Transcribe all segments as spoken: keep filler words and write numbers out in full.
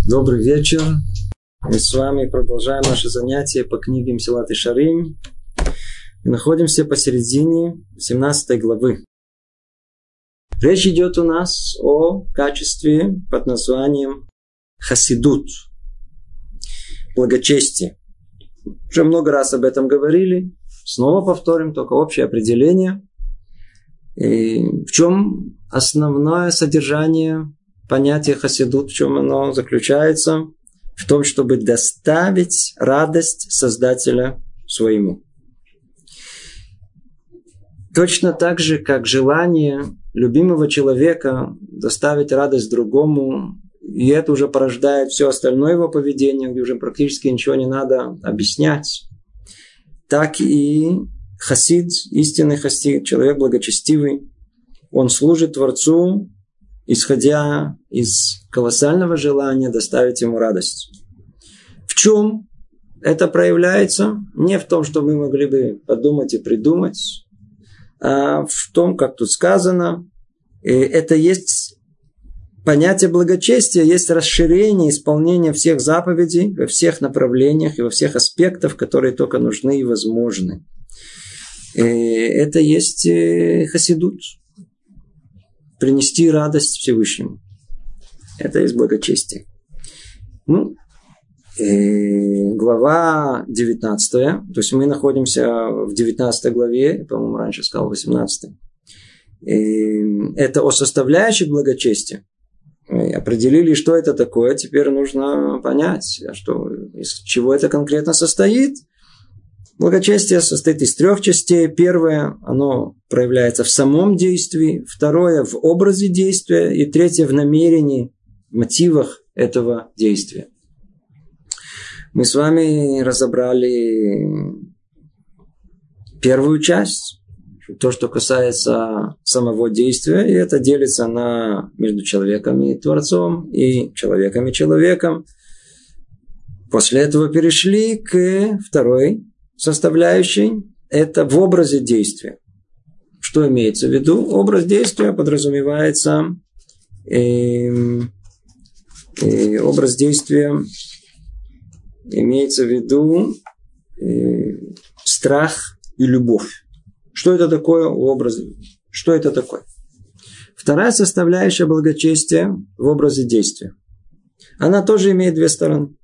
Добрый вечер. Мы с вами продолжаем наше занятие по книге Месилат Йешарим. Мы находимся посередине семнадцатой главы. Речь идет у нас о качестве под названием хасидут, благочестие. Уже много раз об этом говорили. Снова повторим, только общее определение. И в чем основное содержание понятия хасидут, в чем оно заключается? В том, чтобы доставить радость Создателя своему. Точно так же, как желание любимого человека доставить радость другому, и это уже порождает все остальное его поведение, где уже практически ничего не надо объяснять, так и хасид, истинный хасид, человек благочестивый, он служит Творцу, исходя из колоссального желания доставить ему радость. В чем это проявляется? Не в том, что мы могли бы подумать и придумать, а в том, как тут сказано, это есть понятие благочестия, есть расширение исполнения всех заповедей во всех направлениях и во всех аспектах, которые только нужны и возможны. Это есть хасидут. Принести радость Всевышнему. Это есть благочестие. Ну, э, глава девятнадцатая. То есть мы находимся в девятнадцатой главе. По-моему, раньше сказал восемнадцатой. Э, это о составляющих благочестия. Мы определили, что это такое. Теперь нужно понять, что, из чего это конкретно состоит. Благочестие состоит из трех частей. Первое, оно проявляется в самом действии. Второе, в образе действия. И третье, в намерении, в мотивах этого действия. Мы с вами разобрали первую часть. То, что касается самого действия. И это делится на между человеком и Творцом. И человеком и человеком. После этого перешли к второй составляющей, это в образе действия. Что имеется в виду? Образ действия подразумевается э, э, образ действия имеется в виду э, страх и любовь. Что это такое образ? Что это такое? Вторая составляющая благочестия в образе действия. Она тоже имеет две стороны.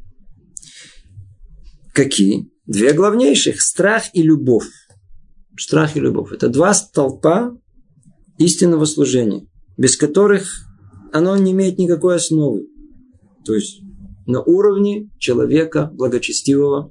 Какие? Две главнейших. Страх и любовь. Страх и любовь. Это два столпа истинного служения, без которых оно не имеет никакой основы. То есть на уровне человека благочестивого.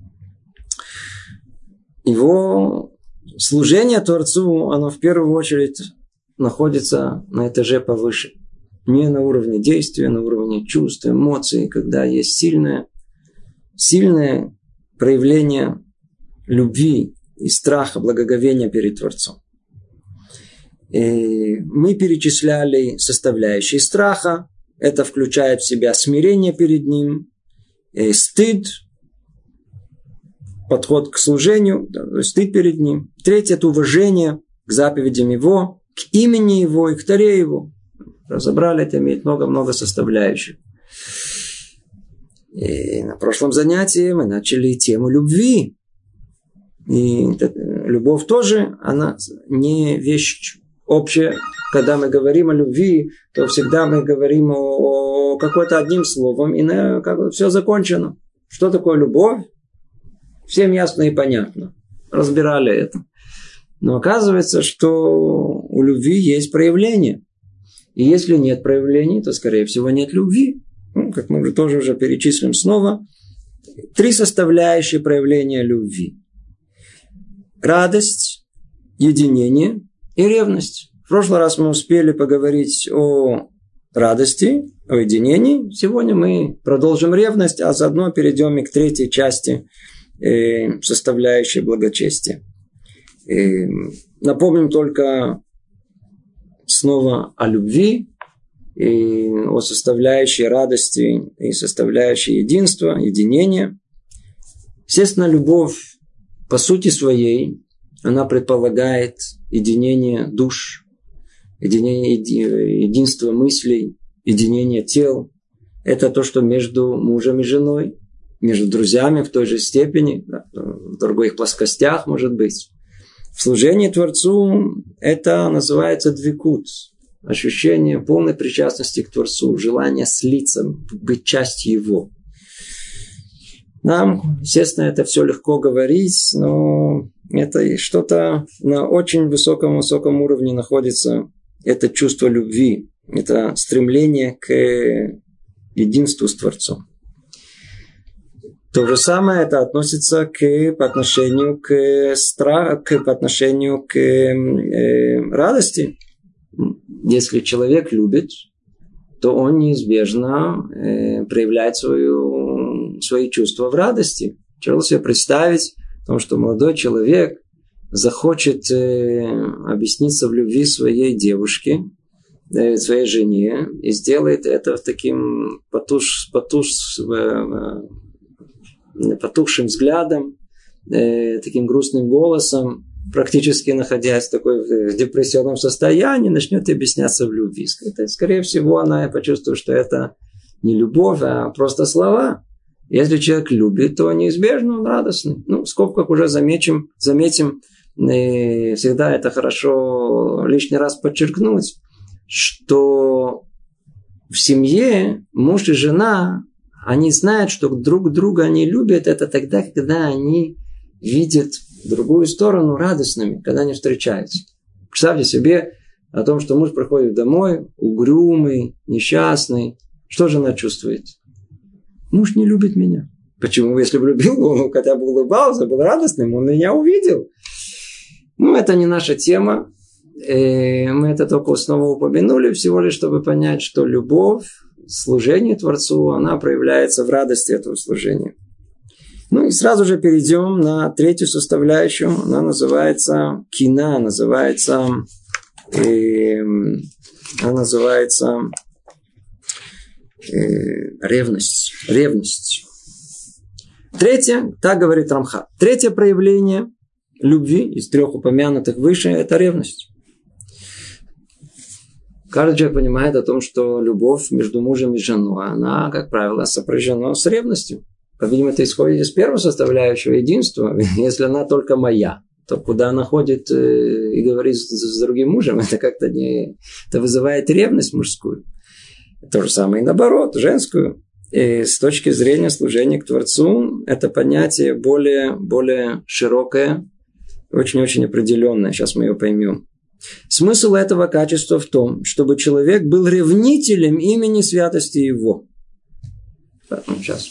Его служение Творцу, оно в первую очередь находится на этаже повыше. Не на уровне действия, на уровне чувств, эмоций, когда есть сильное, сильное проявление любви и страха, благоговения перед Творцом. И мы перечисляли составляющие страха. Это включает в себя смирение перед Ним, стыд, подход к служению, стыд перед Ним. Третье – это уважение к заповедям Его, к имени Его и к Торе Его. Разобрали, это имеет много-много составляющих. И на прошлом занятии мы начали тему любви. И любовь тоже, она не вещь общая. Когда мы говорим о любви, то всегда мы говорим о, о какой-то одним словом, и на, как, все закончено. Что такое любовь? Всем ясно и понятно. Разбирали это. Но оказывается, что у любви есть проявление. И если нет проявлений, то, скорее всего, нет любви. Ну, как мы тоже уже перечислим снова, три составляющие проявления любви. Радость, единение и ревность. В прошлый раз мы успели поговорить о радости, о единении. Сегодня мы продолжим ревность, а заодно перейдем и к третьей части э, составляющей благочестия. Э, напомним только снова о любви, и о составляющей радости и составляющей единства, единения. Естественно, любовь по сути своей, она предполагает единение душ, единение, единство мыслей, единение тел. это то, что между мужем и женой, между друзьями в той же степени, да, в других плоскостях, может быть. В служении Творцу это называется двикут. Ощущение полной причастности к Творцу, желание слиться, быть частью Его. Нам, естественно, это все легко говорить, но это что-то на очень высоком-высоком уровне находится. Это чувство любви, это стремление к единству с Творцом. То же самое это относится к, по отношению к страху, к, по отношению к э, радости. Если человек любит, то он неизбежно э, проявляет свою, свои чувства в радости. Человек себе представить, потому что молодой человек захочет э, объясниться в любви своей девушке, э, своей жене, и сделает это таким потуш, потуш, э, потухшим взглядом, э, таким грустным голосом, практически находясь в такой в депрессионном состоянии, начнет объясняться в любви. Скорее всего, она почувствует, что это не любовь, а просто слова. Если человек любит, то неизбежно он радостный. Ну, в скобках уже заметим, заметим, и всегда это хорошо лишний раз подчеркнуть, что в семье муж и жена, они знают, что друг друга они любят, это тогда, когда они видят другую сторону радостными, когда они встречаются. Представьте себе о том, что муж приходит домой, угрюмый, несчастный. Что жена чувствует? Муж не любит меня. Почему? Если бы любил, он хотя бы улыбался, был радостным, он меня увидел. Ну, это не наша тема. Мы это только снова упомянули, всего лишь, чтобы понять, что любовь, служение Творцу, она проявляется в радости этого служения. Ну и сразу же перейдем на третью составляющую. Она называется кина, называется, э, она называется э, ревность. Ревность. Третье, так говорит Рамхаль. Третье проявление любви из трех упомянутых выше – это ревность. Каждый человек понимает о том, что любовь между мужем и женой, она, как правило, сопряжена с ревностью. По-видимому, это исходит из первой составляющего единства. Если она только моя, то куда она ходит и говорит с другим мужем, это как-то не... Это вызывает ревность мужскую. То же самое и наоборот, женскую. И с точки зрения служения к Творцу, это понятие более, более широкое, очень-очень определенное. Сейчас мы ее поймем. Смысл этого качества в том, чтобы человек был ревнителем имени святости его. Сейчас.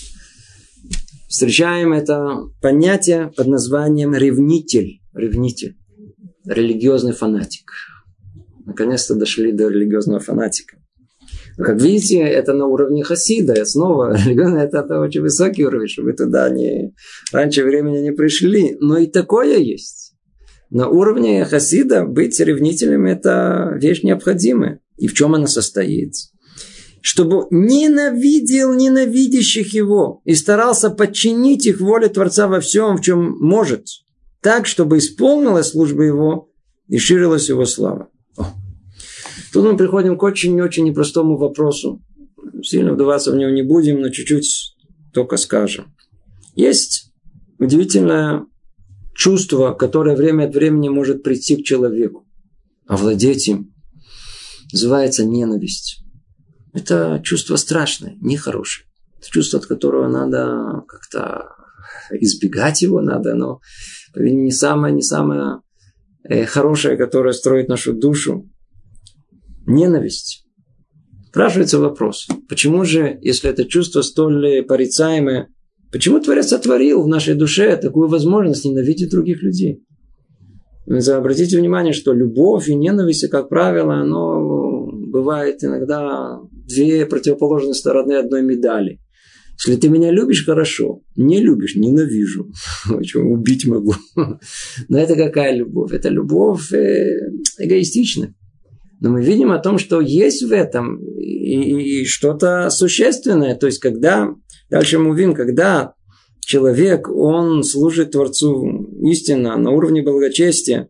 Встречаем это понятие под названием ревнитель. Ревнитель. Религиозный фанатик. Наконец-то дошли до религиозного фанатика. Но, как видите, это на уровне хасида. И снова, религиозный это, это очень высокий уровень, чтобы вы туда не, раньше времени не пришли. Но и такое есть. На уровне хасида быть ревнителем – это вещь необходимая. И в чем она состоит? Чтобы ненавидел ненавидящих его и старался подчинить их воле Творца во всем, в чем может, так, чтобы исполнилась служба его и ширилась его слава. О. Тут мы приходим к очень-очень непростому вопросу. Сильно вдаваться в него не будем, но чуть-чуть только скажем. Есть удивительное чувство, которое время от времени может прийти к человеку, овладеть им. Называется ненависть. Это чувство страшное, нехорошее. Это чувство, от которого надо как-то избегать его надо, но не самое, не самое хорошее, которое строит нашу душу. Ненависть. Спрашивается вопрос, почему же, если это чувство столь порицаемое, почему Творец сотворил в нашей душе такую возможность ненавидеть других людей? Обратите внимание, что любовь и ненависть, как правило, оно бывает иногда две противоположные стороны одной медали. Если ты меня любишь, хорошо. Не любишь, ненавижу. Убить могу. Но это какая любовь? Это любовь эгоистичная. Но мы видим о том, что есть в этом и, и что-то существенное. То есть, когда, дальше мы увидим, когда человек, он служит Творцу истинно на уровне благочестия,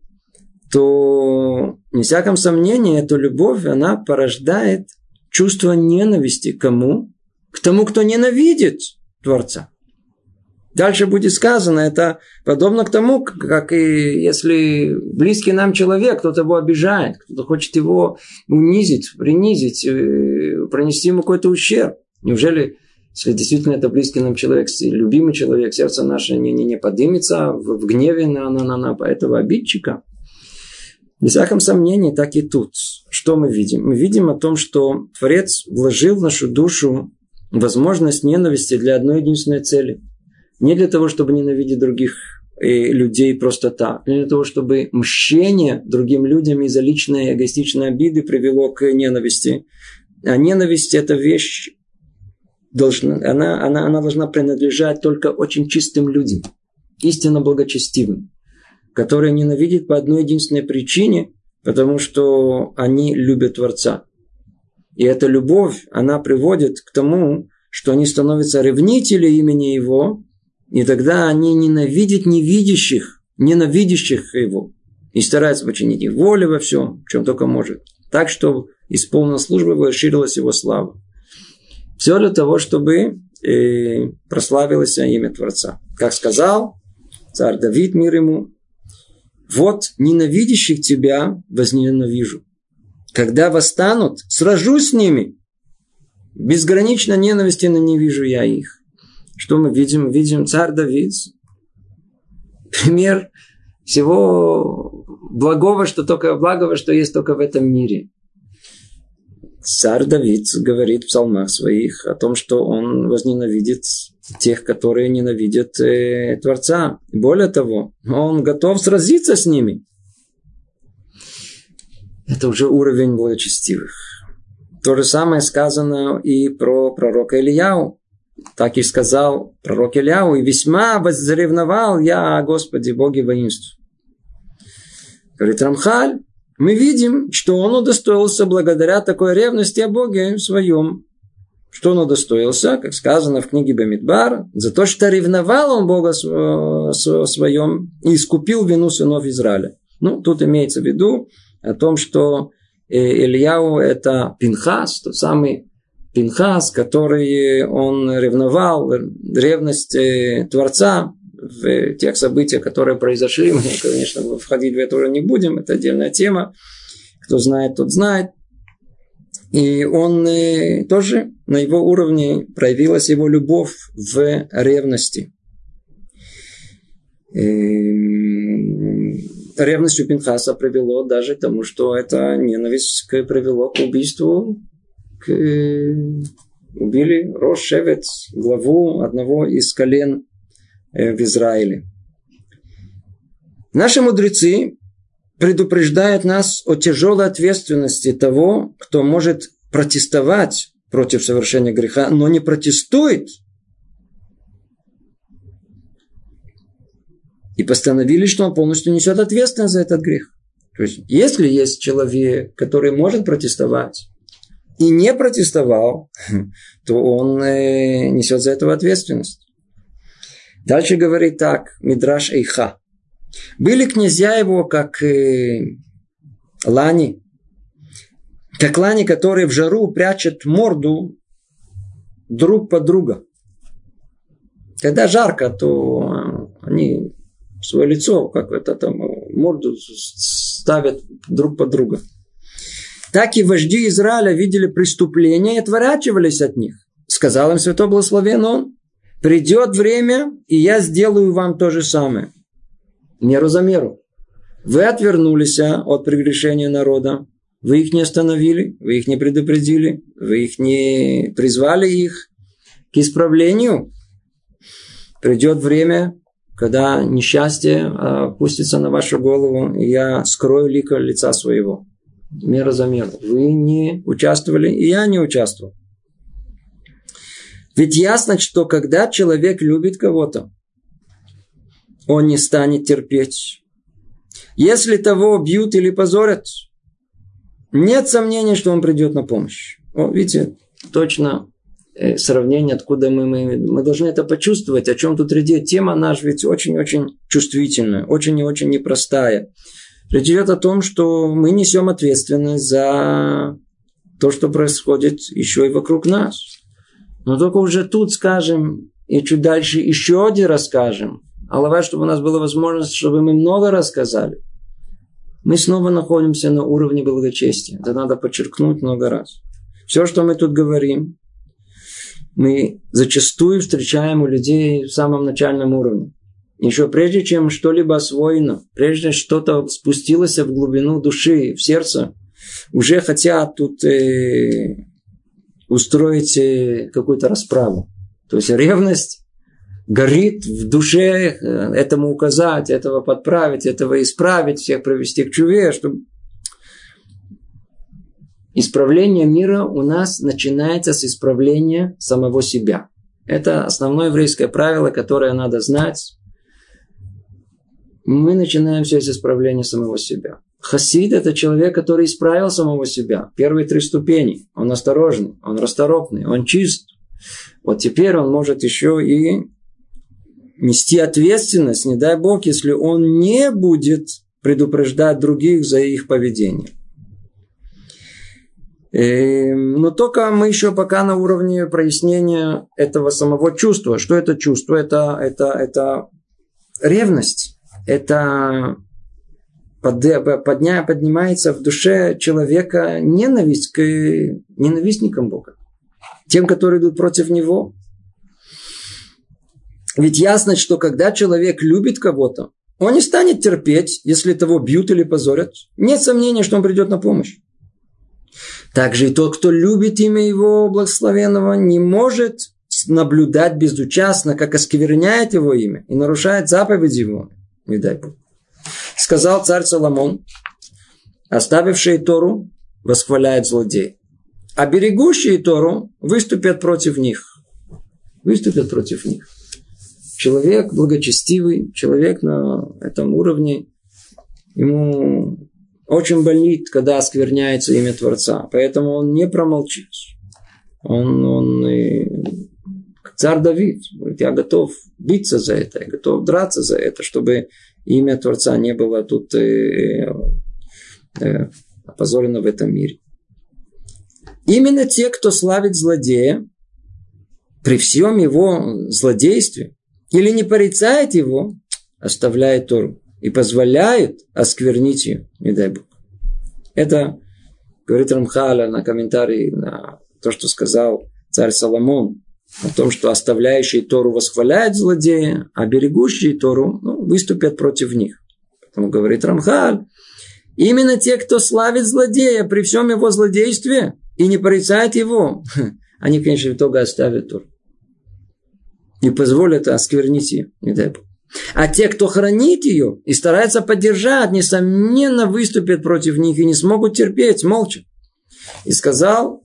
то, не всяком сомнении, эта любовь, она порождает чувство ненависти к кому? к тому, кто ненавидит Творца. Дальше будет сказано, это подобно к тому, как и если близкий нам человек, кто-то его обижает, кто-то хочет его унизить, принизить, принести ему какой-то ущерб. Неужели, если действительно это близкий нам человек, любимый человек, сердце наше не, не, не поднимется в, в гневе на, на, на, на этого обидчика? Без всяком сомнении, так и тут. Что мы видим? Мы видим о том, что Творец вложил в нашу душу возможность ненависти для одной единственной цели. Не для того, чтобы ненавидеть других э, людей просто так. Не для того, чтобы мщение другим людям из-за личной эгоистичной обиды привело к ненависти. А ненависть – это вещь, должна, она, она, она должна принадлежать только очень чистым людям, истинно благочестивым, которые ненавидят по одной единственной причине, потому что они любят Творца. И эта любовь, она приводит к тому, что они становятся ревнители имени Его, и тогда они ненавидят невидящих, ненавидящих Его, и стараются починить их волю во всем, в чем только может. Так, что исполнена служба Его, расширилась Его слава. Все для того, чтобы э, прославилось имя Творца. Как сказал царь Давид, мир ему, вот ненавидящих тебя возненавижу. Когда восстанут, сражусь с ними. Безгранично ненависти ненавижу я их. Что мы видим? Видим царь Давид. Пример всего благого, что только благого, что есть только в этом мире. Царь Давид говорит в псалмах своих о том, что он возненавидит тех, которые ненавидят э, Творца. Более того, он готов сразиться с ними. Это уже уровень благочестивых. То же самое сказано и про пророка Илияу. Так и сказал пророк Илияу, и весьма возревновал я о Господе Боге воинств. Говорит Рамхаль, мы видим, что он удостоился благодаря такой ревности о Боге своем. Что он удостоился, как сказано в книге Бамидбар, за то, что ревновал он Бога своем и искупил вину сынов Израиля. Ну, тут имеется в виду о том, что Ильяу это Пинхас, тот самый Пинхас, который он ревновал, ревность Творца в тех событиях, которые произошли. Мы, конечно, входить в это уже не будем, это отдельная тема. Кто знает, тот знает. И он тоже на его уровне проявилась его любовь в ревности. Ревность у Пинхаса привело даже к тому, что эта ненависть привело к убийству. К... Убили Рош Шевет, главу одного из колен в Израиле. Наши мудрецы предупреждают нас о тяжелой ответственности того, кто может протестовать против совершения греха, но не протестует. И постановили, что он полностью несет ответственность за этот грех. То есть, если есть человек, который может протестовать, и не протестовал, то он э, несет за это ответственность. Дальше говорит так, Мидраш Эйха. Были князья его, как э, лани, как лани, которые в жару прячут морду друг под друга. Когда жарко, то они свое лицо, как это там, морду ставят друг под друга. Так и вожди Израиля видели преступления и отворачивались от них. Сказал им святой благословен он, придет время, и я сделаю вам то же самое. Меру за меру. Вы отвернулись от прегрешения народа, вы их не остановили, вы их не предупредили, вы их не призвали их к исправлению. Придет время, когда несчастье опустится на вашу голову, и я скрою лика лица своего. Мера за меру. Вы не участвовали, и я не участвовал. Ведь ясно, что когда человек любит кого-то, он не станет терпеть. Если того бьют или позорят, нет сомнения, что он придет на помощь. О, видите, точно э, сравнение, откуда мы, мы, мы должны это почувствовать, о чем тут речь. Тема наша ведь очень-очень чувствительная, очень и очень непростая. Речь идет о том, что мы несем ответственность за то, что происходит еще и вокруг нас. Но только уже тут скажем, и чуть дальше еще один расскажем. Аллах, чтобы у нас была возможность, чтобы мы много рассказали. Мы снова находимся на уровне благочестия. Это надо подчеркнуть много раз. Все, что мы тут говорим, мы зачастую встречаем у людей в самом начальном уровне. Еще прежде, чем что-либо освоено, прежде что-то спустилось в глубину души, в сердце, уже хотят тут э, устроить э, какую-то расправу. То есть ревность горит в душе, этому указать, этого подправить, этого исправить, всех привести к чуве, чтобы... Исправление мира у нас начинается с исправления самого себя. Это основное еврейское правило, которое надо знать. Мы начинаем все с исправления самого себя. Хасид – это человек, который исправил самого себя. Первые три ступени. Он осторожный, он расторопный, он чист. Вот теперь он может еще и нести ответственность, не дай Бог, если он не будет предупреждать других за их поведение. Но только мы еще пока на уровне прояснения этого самого чувства. Что это чувство? Это, это, это ревность. Это подня, поднимается в душе человека ненависть к ненавистникам Бога. Тем, которые идут против него. Ведь ясно, что когда человек любит кого-то, он не станет терпеть, если того бьют или позорят. Нет сомнения, что он придет на помощь. Также и тот, кто любит имя его благословенного, не может наблюдать безучастно, как оскверняет его имя и нарушает заповедь его. Не дай Бог. Сказал царь Соломон: оставившие Тору восхваляют злодеи, а берегущие Тору выступят против них. Выступят против них. Человек благочестивый, человек на этом уровне, ему очень больнит, когда оскверняется имя Творца. Поэтому он не промолчит. Он, он как царь Давид, говорит: я готов биться за это, я готов драться за это, чтобы имя Творца не было тут э, э, опозорено в этом мире. Именно те, кто славит злодея, при всем его злодействе, или не порицает его, оставляет Тору и позволяет осквернить ее, не дай Бог. Это говорит Рамхаль на комментарии на то, что сказал царь Соломон, о том, что оставляющие Тору восхваляют злодея, а берегущие Тору ну, выступят против них. Поэтому говорит Рамхаль: именно те, кто славит злодея при всем его злодействе и не порицает его, они, конечно, в итоге оставят Тору. Не позволят осквернить ее, не дай Бог. А те, кто хранит ее и старается поддержать, несомненно, выступят против них и не смогут терпеть молча. И сказал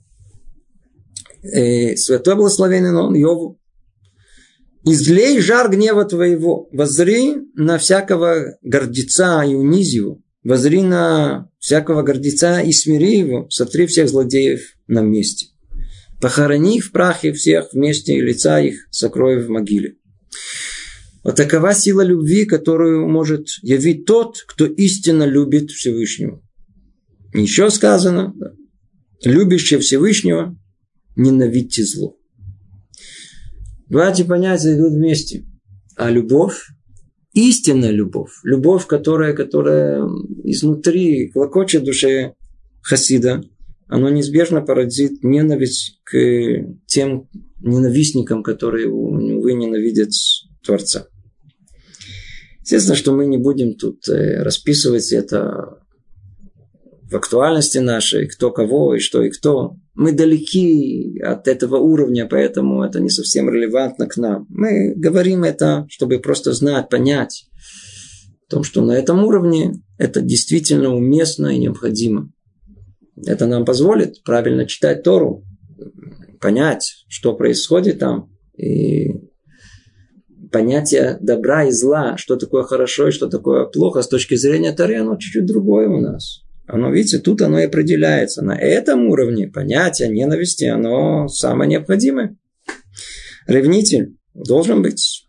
э, святой благословенный он Йову: излей жар гнева твоего, воззри на всякого гордеца и унизи его, воззри на всякого гордеца и смири его, сотри всех злодеев на месте. Похорони их в прахе всех вместе, и лица их сокрой в могиле. Вот такова сила любви, которую может явить тот, кто истинно любит Всевышнего. Еще сказано: да, любящие Всевышнего, ненавидьте зло. Два эти понятия идут вместе. А любовь, истинная любовь, любовь, которая, которая изнутри клокочет в душе хасида, она неизбежно породит ненависть к тем ненавистникам, которые, увы, ненавидят Творца. Естественно, что мы не будем тут расписывать это в актуальности нашей, кто кого и что и кто. Мы далеки от этого уровня, поэтому это не совсем релевантно к нам. Мы говорим это, чтобы просто знать, понять о том, что на этом уровне это действительно уместно и необходимо. Это нам позволит правильно читать Тору, понять, что происходит там, и понятие добра и зла, что такое хорошо и что такое плохо, с точки зрения Торы, оно чуть-чуть другое у нас. Оно, видите, тут оно и определяется. На этом уровне понятие ненависти, оно самое необходимое. Ревнитель должен быть.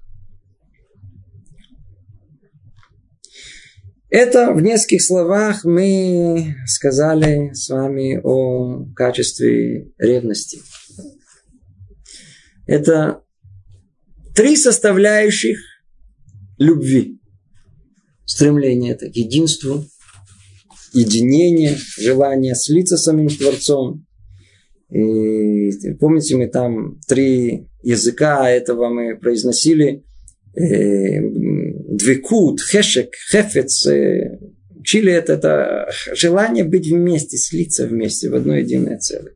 Это в нескольких словах мы сказали с вами о качестве ревности. Это три составляющих любви. Стремление это к единству, единение, желание слиться с самим Творцом. И помните, мы там три языка этого мы произносили. Двекут, хешек, хефец. Учили это, это желание быть вместе, слиться вместе в одно единое целое.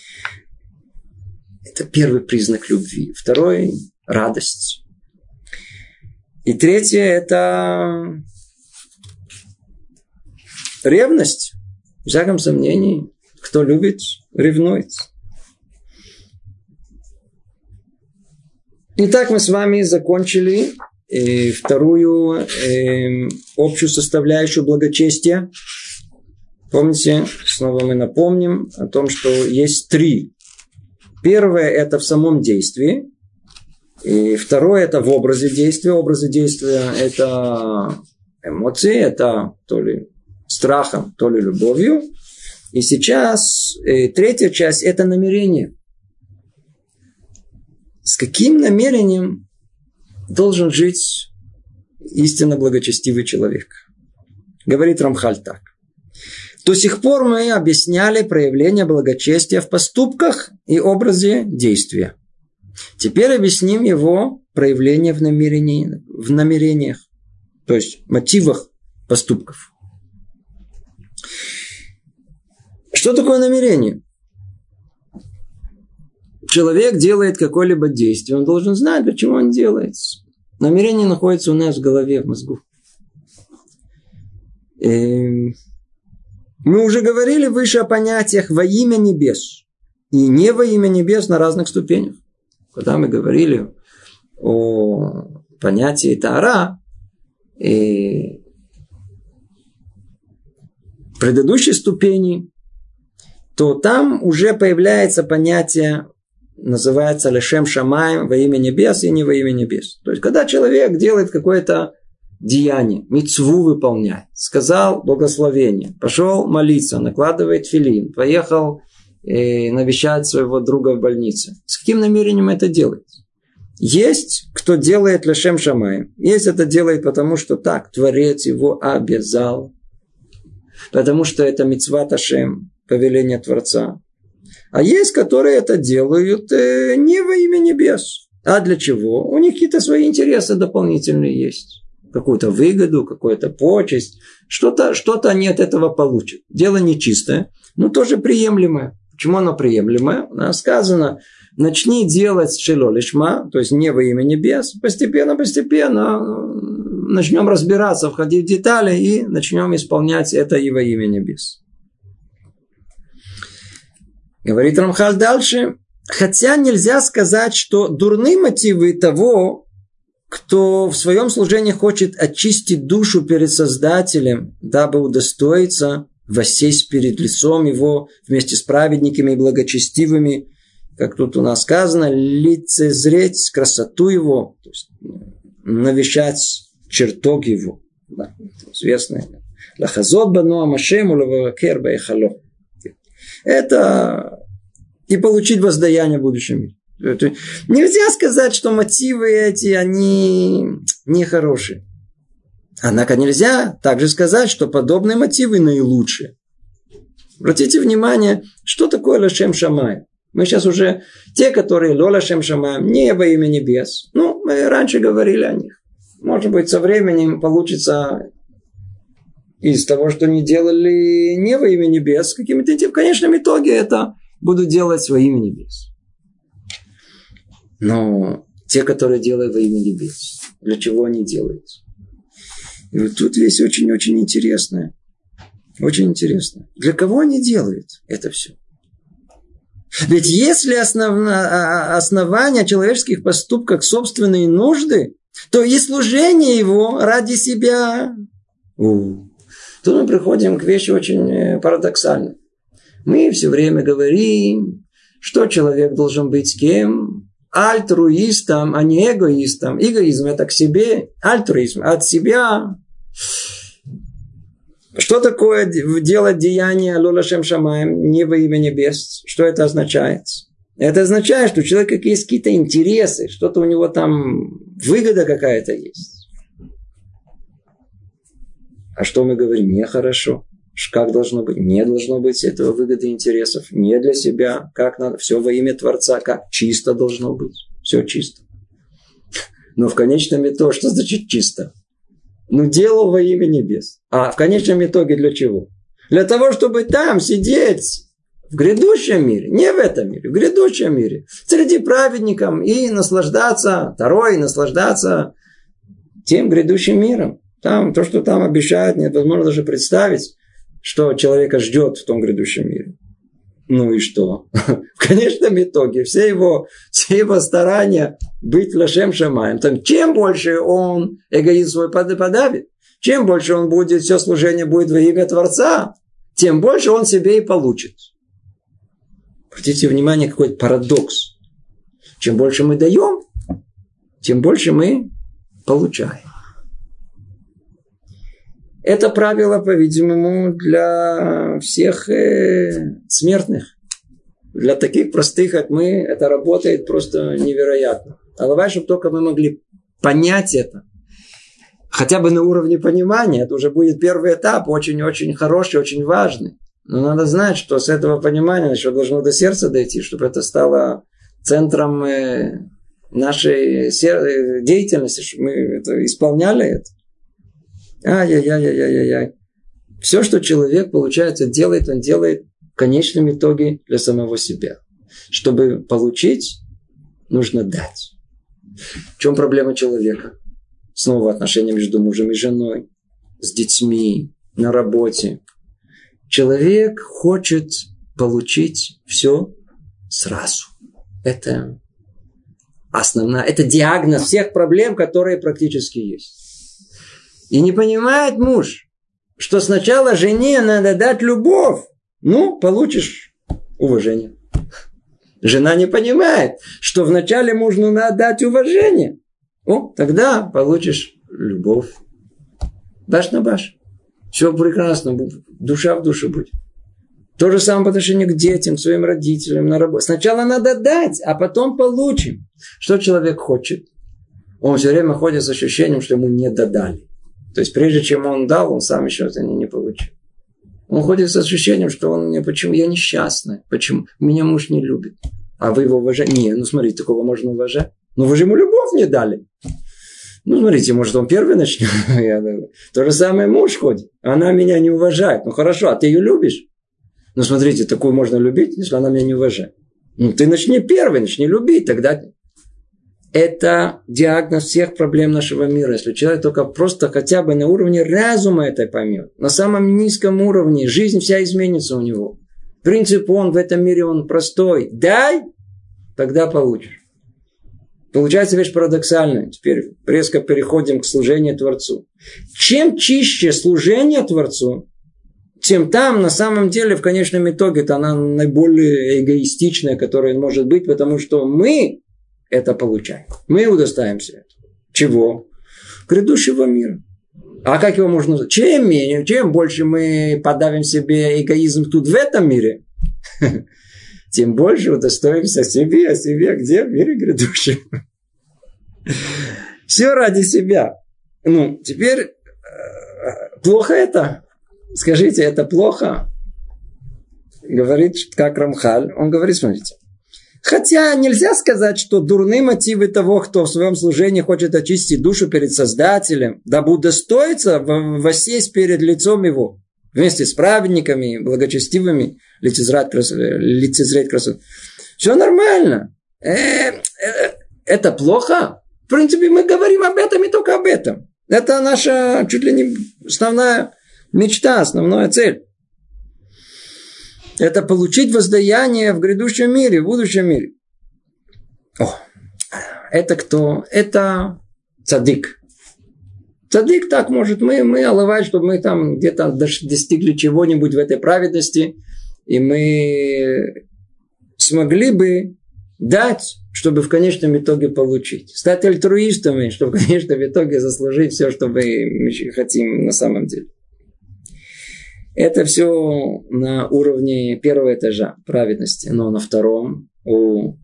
Это первый признак любви. Второй – радость. И третье – это ревность. В всяком сомнении, кто любит, ревнует. Итак, мы с вами закончили э, вторую э, общую составляющую благочестия. Помните, снова мы напомним о том, что есть три. Первое – это в самом действии. И второе – это в образе действия. Образы действия – это эмоции, это то ли страхом, то ли любовью. И сейчас э, третья часть – это намерение. С каким намерением должен жить истинно благочестивый человек? Говорит Рамхаль так. До сих пор мы объясняли проявление благочестия в поступках и образе действия. Теперь объясним его проявление в, намерении, в намерениях, то есть мотивах поступков. Что такое намерение? Человек делает какое-либо действие, он должен знать, для чего он делает. Намерение находится у нас в голове, в мозгу. И мы уже говорили выше о понятиях во имя небес и не во имя небес на разных ступенях. Когда мы говорили о понятии Таара, и предыдущей ступени, то там уже появляется понятие, называется лешем шамаем, во имя небес и не во имя небес. То есть, когда человек делает какое-то деяние, мицву выполняет, сказал благословение, пошел молиться, накладывает филин, поехал э, навещать своего друга в больнице. С каким намерением это делает? Есть, кто делает лешем шамаем. Есть, это делает потому, что так, Творец его обязал. Потому что это мицват Ашем, повеление Творца. А есть, которые это делают э, не во имя небес. А для чего? У них какие-то свои интересы дополнительные есть. Какую-то выгоду, какую-то почесть. Что-то, что-то они от этого получат. Дело нечистое, но тоже приемлемое. Почему оно приемлемое? У нас сказано, начни делать шело лишма, то есть не во имя небес. Постепенно-постепенно начнем разбираться, входить в детали и начнем исполнять это и во имя небес. Говорит Рамхаль дальше. Хотя нельзя сказать, что дурные мотивы того, кто в своем служении хочет очистить душу перед Создателем, дабы удостоиться воссесть перед лицом Его вместе с праведниками и благочестивыми, как тут у нас сказано, лицезреть красоту Его, то есть навещать чертог Его. Да, известное. Лахазот бану амашему лавакер баихало. Это и получить воздаяние в будущем мире. Нельзя сказать, что мотивы эти, они нехорошие. Однако нельзя также сказать, что подобные мотивы наилучшие. Обратите внимание, что такое лашем шамай. Мы сейчас уже, те, которые ло лашем шамай, не во имя небес. Ну, мы раньше говорили о них. Может быть, со временем получится из того, что они делали не во имя небес, какими-то, в конечном итоге это будут делать во имя небес. Но те, которые делают во имя небес, для чего они делают? И вот тут вещь очень-очень интересная. Очень интересная. Для кого они делают это все? Ведь если основна, основание человеческих поступков собственные нужды, то и служение его ради себя. У. Тут мы приходим к вещи очень парадоксальной. Мы все время говорим, что человек должен быть кем? Альтруистом, а не эгоистом. Эгоизм это к себе, альтруизм от себя. Что такое делать деяние ло лашем шамаем не во имя небес? Что это означает? Это означает, что у человека есть какие-то интересы, что-то у него там, выгода какая-то есть. А что мы говорим? Нехорошо. Как должно быть? Не должно быть этого выгоды интересов. Не для себя. Как надо? Все во имя Творца. Как? Чисто должно быть. Все чисто. Но в конечном итоге, что значит чисто? Ну, делал во имя небес. А в конечном итоге для чего? Для того, чтобы там сидеть в грядущем мире. Не в этом мире, в грядущем мире. Среди праведников и наслаждаться, второй, наслаждаться тем грядущим миром. Там, то, что там обещают, невозможно даже представить, что человека ждет в том грядущем мире. Ну и что? В конечном итоге все его, все его старания быть лашем шамаем, там, чем больше он эгоизм свой подавит, чем больше он будет, все служение будет во имя Творца, тем больше он себе и получит. Обратите внимание, какой парадокс. Чем больше мы даем, тем больше мы получаем. Это правило, по-видимому, для всех э, смертных. Для таких простых, как мы, это работает просто невероятно. А главное, чтобы только мы могли понять это. Хотя бы на уровне понимания. Это уже будет первый этап, очень-очень хороший, очень важный. Но надо знать, что с этого понимания еще должно до сердца дойти, чтобы это стало центром э, нашей сер- деятельности, чтобы мы это исполняли это. Ай-яй-яй-яй-яй-яй. Все, что человек, получается, делает, он делает в конечном итоге для самого себя. Чтобы получить, нужно дать. В чем проблема человека? Снова отношения между мужем и женой, с детьми, на работе. Человек хочет получить все сразу. Это основная, это диагноз всех проблем, которые практически есть. И не понимает муж, что сначала жене надо дать любовь. Ну, получишь уважение. Жена не понимает, что вначале мужу надо дать уважение. О, тогда получишь любовь. Баш на баш. Все прекрасно. Душа в душу будет. То же самое по отношению к детям, к своим родителям, на работе. Сначала надо дать, а потом получим. Что человек хочет? Он все время ходит с ощущением, что ему не додали. То есть, прежде чем он дал, он сам еще это не, не получил. Он ходит с ощущением, что он мне, почему я несчастный, почему меня муж не любит. А вы его уважаете? Не, ну смотрите, такого можно уважать. Ну вы же ему любовь не дали. Ну смотрите, может он первый начнет. То же самое муж ходит. Она меня не уважает. Ну хорошо, а ты ее любишь? Ну смотрите, такую можно любить, если она меня не уважает. Ну ты начни первый, начни любить, тогда... Это диагноз всех проблем нашего мира. Если человек только просто хотя бы на уровне разума это поймет. На самом низком уровне жизнь вся изменится у него. Принцип он в этом мире, он простой. Дай, тогда получишь. Получается вещь парадоксальная. Теперь резко переходим к служению Творцу. Чем чище служение Творцу, тем там на самом деле в конечном итоге это она наиболее эгоистичная, которая может быть, потому что мы это получаем. Мы удостаиваемся этого. Чего? Грядущего мира. А как его можно узнать? Чем менее, чем больше мы подавим себе эгоизм тут в этом мире, тем больше удостоимся себе, о себе, где? В мире грядущем. Все ради себя. Ну, теперь плохо это? Скажите, это плохо? Говорит, как Рамхаль. Он говорит, смотрите. Хотя нельзя сказать, что дурные мотивы того, кто в своем служении хочет очистить душу перед Создателем, дабы удостоиться воссесть перед лицом Его, вместе с праведниками, благочестивыми, лицезреть красоту. Все нормально. Э, э, это плохо? В принципе, мы говорим об этом и только об этом. Это наша чуть ли не основная мечта, основная цель. Это получить воздаяние в грядущем мире, в будущем мире. О, это кто? Это цадик. Цадик так может. Мы, мы алавай, чтобы мы там где-то достигли чего-нибудь в этой праведности. И мы смогли бы дать, чтобы в конечном итоге получить. Стать альтруистами, чтобы в конечном итоге заслужить все, что мы хотим на самом деле. Это все на уровне первого этажа праведности. Но на втором у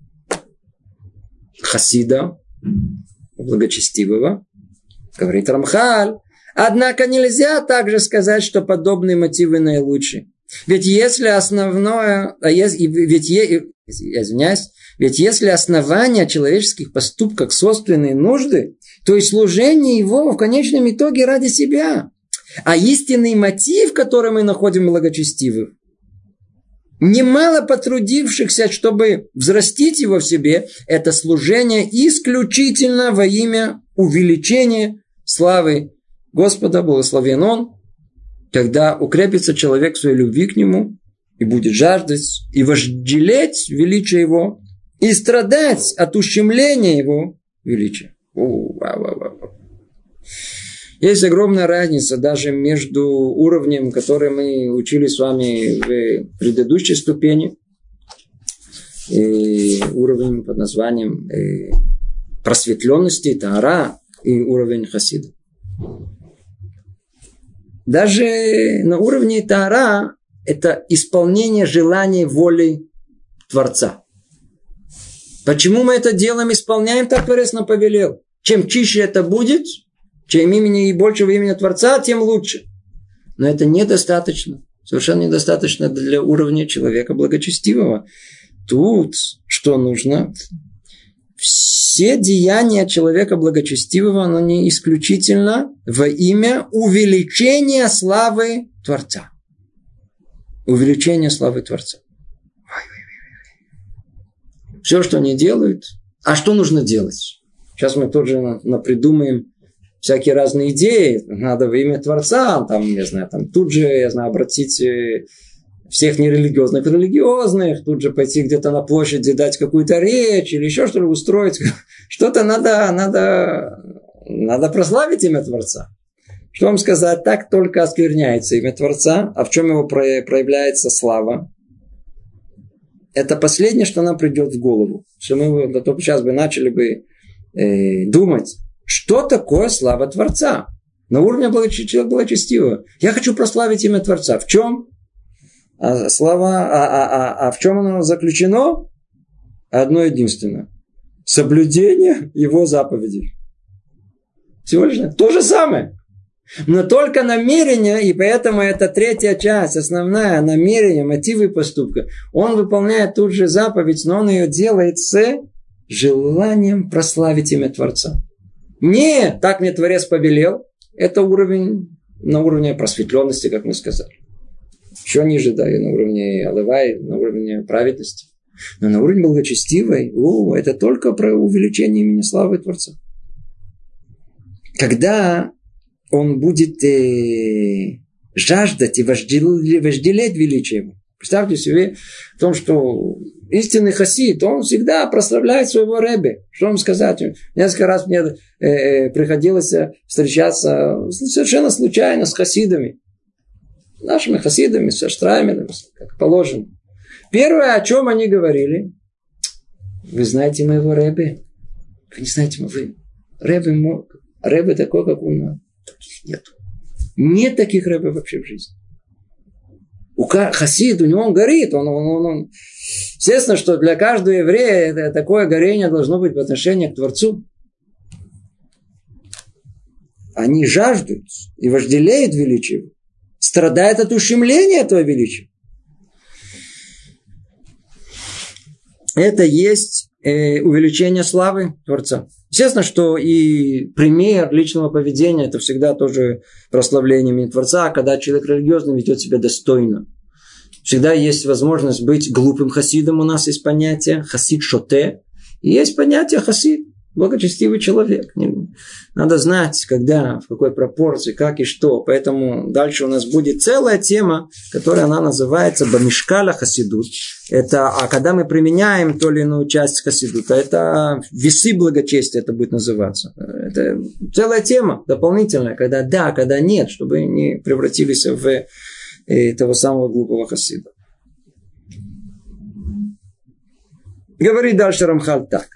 хасида, у благочестивого. Говорит Рамхаль. Однако нельзя также сказать, что подобные мотивы наилучшие. Ведь если основное, а если, ведь, я извиняюсь, ведь если основание человеческих поступков собственные нужды, то и служение его в конечном итоге ради себя. А истинный мотив, который мы находим в благочестивых, немало потрудившихся, чтобы взрастить его в себе, это служение исключительно во имя увеличения славы Господа, благословен Он, когда укрепится человек в своей любви к Нему и будет жаждать и вожделеть величие Его и страдать от ущемления Его величия. Есть огромная разница даже между уровнем, который мы учили с вами в предыдущей ступени, и уровнем под названием просветленности, таара, и уровень хасида. Даже на уровне таара это исполнение желаний воли Творца. Почему мы это делаем, исполняем, так Творец нам повелел. Чем чище это будет, чем имени и большего имени Творца, тем лучше. Но это недостаточно. Совершенно недостаточно для уровня человека благочестивого. Тут что нужно? Все деяния человека благочестивого, но не исключительно во имя увеличения славы Творца. Увеличение славы Творца. Все, что они делают. А что нужно делать? Сейчас мы тоже напридумаем всякие разные идеи. Надо во имя Творца, там, не знаю, там тут же, я знаю, обратить всех нерелигиозных к религиозных, тут же пойти где-то на площади, дать какую-то речь или еще что-то устроить. Что-то надо, надо, надо прославить имя Творца. Что вам сказать? Так только оскверняется имя Творца. А в чем его проявляется слава? Это последнее, что нам придет в голову. Что мы да, только сейчас бы начали бы э, думать, что такое слава Творца? На уровне человека благочестивого. Я хочу прославить имя Творца. В чем? А, слава, а, а, а, а в чем оно заключено? Одно единственное. Соблюдение его заповедей. Всего лишь то же самое. Но только намерение, и поэтому это третья часть, основная, намерение, мотивы поступка. Он выполняет тут же заповедь, но он ее делает с желанием прославить имя Творца. Не, так мне Творец повелел. Это уровень, на уровне просветленности, как мы сказали. Еще ниже, да, и на уровне алывай, на уровне праведности. Но на уровне благочестивой, о, это только про увеличение имени славы Творца. Когда он будет э, жаждать и вожделеть, вожделеть величие его. Представьте себе о том, что истинный хасид, он всегда прославляет своего ребе. Что вам сказать? Несколько раз мне э, приходилось встречаться совершенно случайно с хасидами. Нашими хасидами, со штраймерами, как положено. Первое, о чем они говорили. Вы знаете моего ребе? Вы не знаете моего ребе. Ребе такой, как у нас. Нет. Нет таких рэбов вообще в жизни. У хасид, у него он горит. Он, он, он, он. Естественно, что для каждого еврея это, такое горение должно быть в отношении к Творцу. Они жаждут и вожделеют величия. Страдают от ущемления этого величия. Это есть э, увеличение славы Творца. Естественно, что и пример личного поведения это всегда тоже прославление имени Творца, когда человек религиозный ведет себя достойно. Всегда есть возможность быть глупым хасидом. У нас есть понятие хасид шоте. И есть понятие хасид, благочестивый человек. Надо знать, когда, в какой пропорции, как и что. Поэтому дальше у нас будет целая тема, которая она называется бамишкаля хасидут. Это, а когда мы применяем ту или иную часть хасидута, это весы благочестия, это будет называться. Это целая тема дополнительная, когда да, когда нет, чтобы не превратились в э, того самого глупого хасида. Говорит дальше Рамхаль так.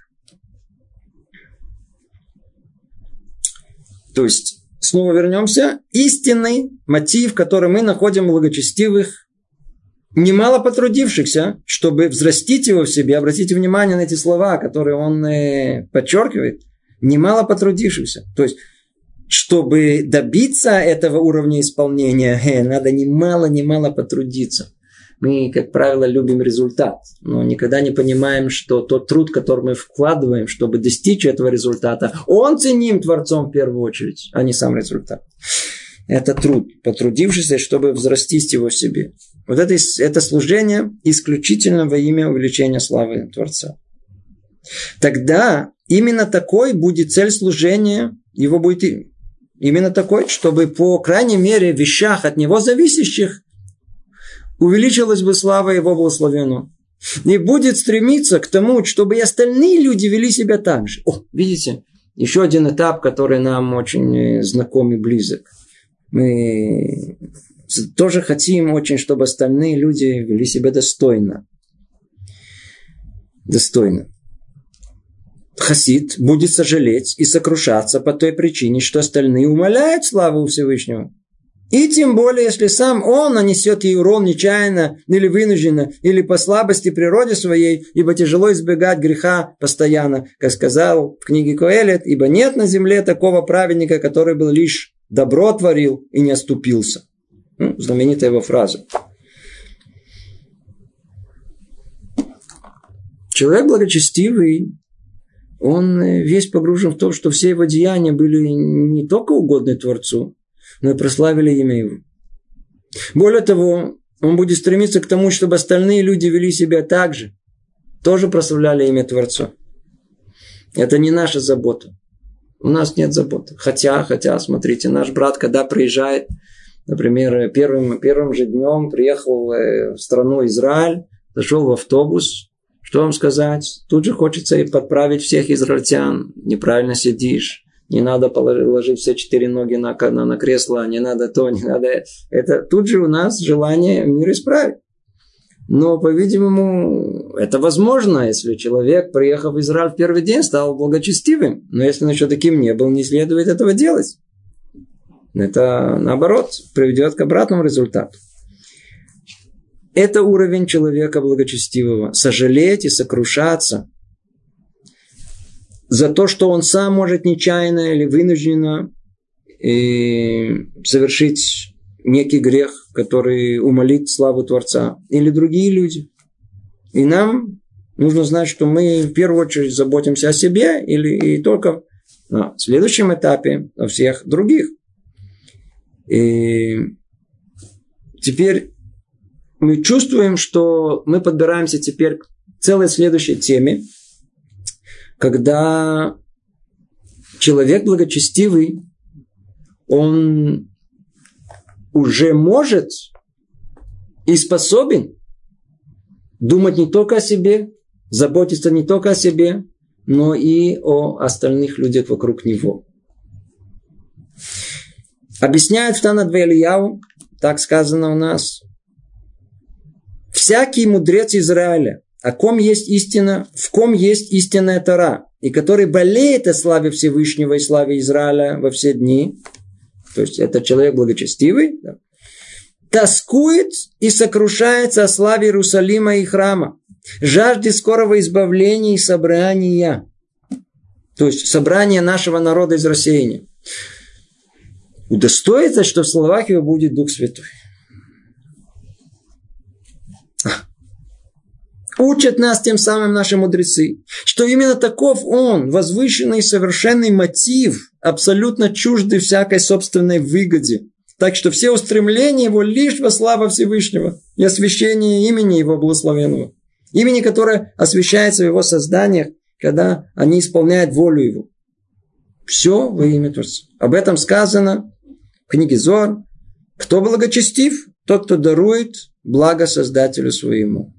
То есть, снова вернемся. Истинный мотив, который мы находим в благочестивых, немало потрудившихся, чтобы взрастить его в себе. Обратите внимание на эти слова, которые он э, подчеркивает. Немало потрудившихся. То есть, чтобы добиться этого уровня исполнения, э, надо немало-немало потрудиться. Мы, как правило, любим результат, но никогда не понимаем, что тот труд, который мы вкладываем, чтобы достичь этого результата, он ценим Творцом в первую очередь, а не сам результат. Это труд, потрудившийся, чтобы взрастить его в себе. Вот это, это служение исключительно во имя увеличения славы Творца. Тогда именно такой будет цель служения, его будет именно такой, чтобы по крайней мере в вещах от него зависящих увеличилась бы слава его благословенного. И будет стремиться к тому, чтобы и остальные люди вели себя так же. О, видите, еще один этап, который нам очень знаком и близок. Мы тоже хотим очень, чтобы остальные люди вели себя достойно. Достойно. Хасид будет сожалеть и сокрушаться по той причине, что остальные умаляют славу Всевышнего. И тем более, если сам он нанесет ей урон нечаянно, или вынужденно, или по слабости природе своей, ибо тяжело избегать греха постоянно, как сказал в книге Коэлет, ибо нет на земле такого праведника, который был лишь добро творил и не оступился. Ну, знаменитая его фраза. Человек благочестивый, он весь погружен в то, что все его деяния были не только угодны Творцу, но и прославили имя его. Более того, он будет стремиться к тому, чтобы остальные люди вели себя так же, тоже прославляли имя Творца. Это не наша забота. У нас нет заботы. Хотя, хотя, смотрите, наш брат, когда приезжает, например, первым, первым же днем приехал в страну Израиль, зашел в автобус, что вам сказать? Тут же хочется и подправить всех израильтян. Неправильно сидишь. Не надо положить все четыре ноги на, на, на кресло, не надо то, не надо это. Тут же у нас желание мир исправить. Но, по-видимому, это возможно, если человек, приехав в Израиль в первый день, стал благочестивым. Но если он еще таким не был, не следует этого делать. Это, наоборот, приведет к обратному результату. Это уровень человека благочестивого. Сожалеть и сокрушаться за то, что он сам может нечаянно или вынужденно совершить некий грех, который умалит славу Творца, или другие люди. И нам нужно знать, что мы в первую очередь заботимся о себе или и только на следующем этапе о всех других. И теперь мы чувствуем, что мы подбираемся теперь к целой следующей теме, когда человек благочестивый, он уже может и способен думать не только о себе, заботиться не только о себе, но и о остальных людях вокруг него. Объясняет в Танат Ваэлияу, так сказано у нас, всякий мудрец Израиля, о ком есть истина, в ком есть истинная Тора, и который болеет о славе Всевышнего и славе Израиля во все дни, то есть это человек благочестивый, да, тоскует и сокрушается о славе Иерусалима и храма, жаждет скорого избавления и собрания, то есть собрания нашего народа из рассеяния. Удостоится, что в словах его будет Дух Святой. Учат нас тем самым наши мудрецы, что именно таков он, возвышенный и совершенный мотив, абсолютно чуждый всякой собственной выгоде. Так что все устремления его лишь во славу Всевышнего и освящение имени его благословенного. Имени, которое освящается в его созданиях, когда они исполняют волю его. Все во имя Творца. Об этом сказано в книге Зоар. Кто благочестив? Тот, кто дарует благо Создателю своему.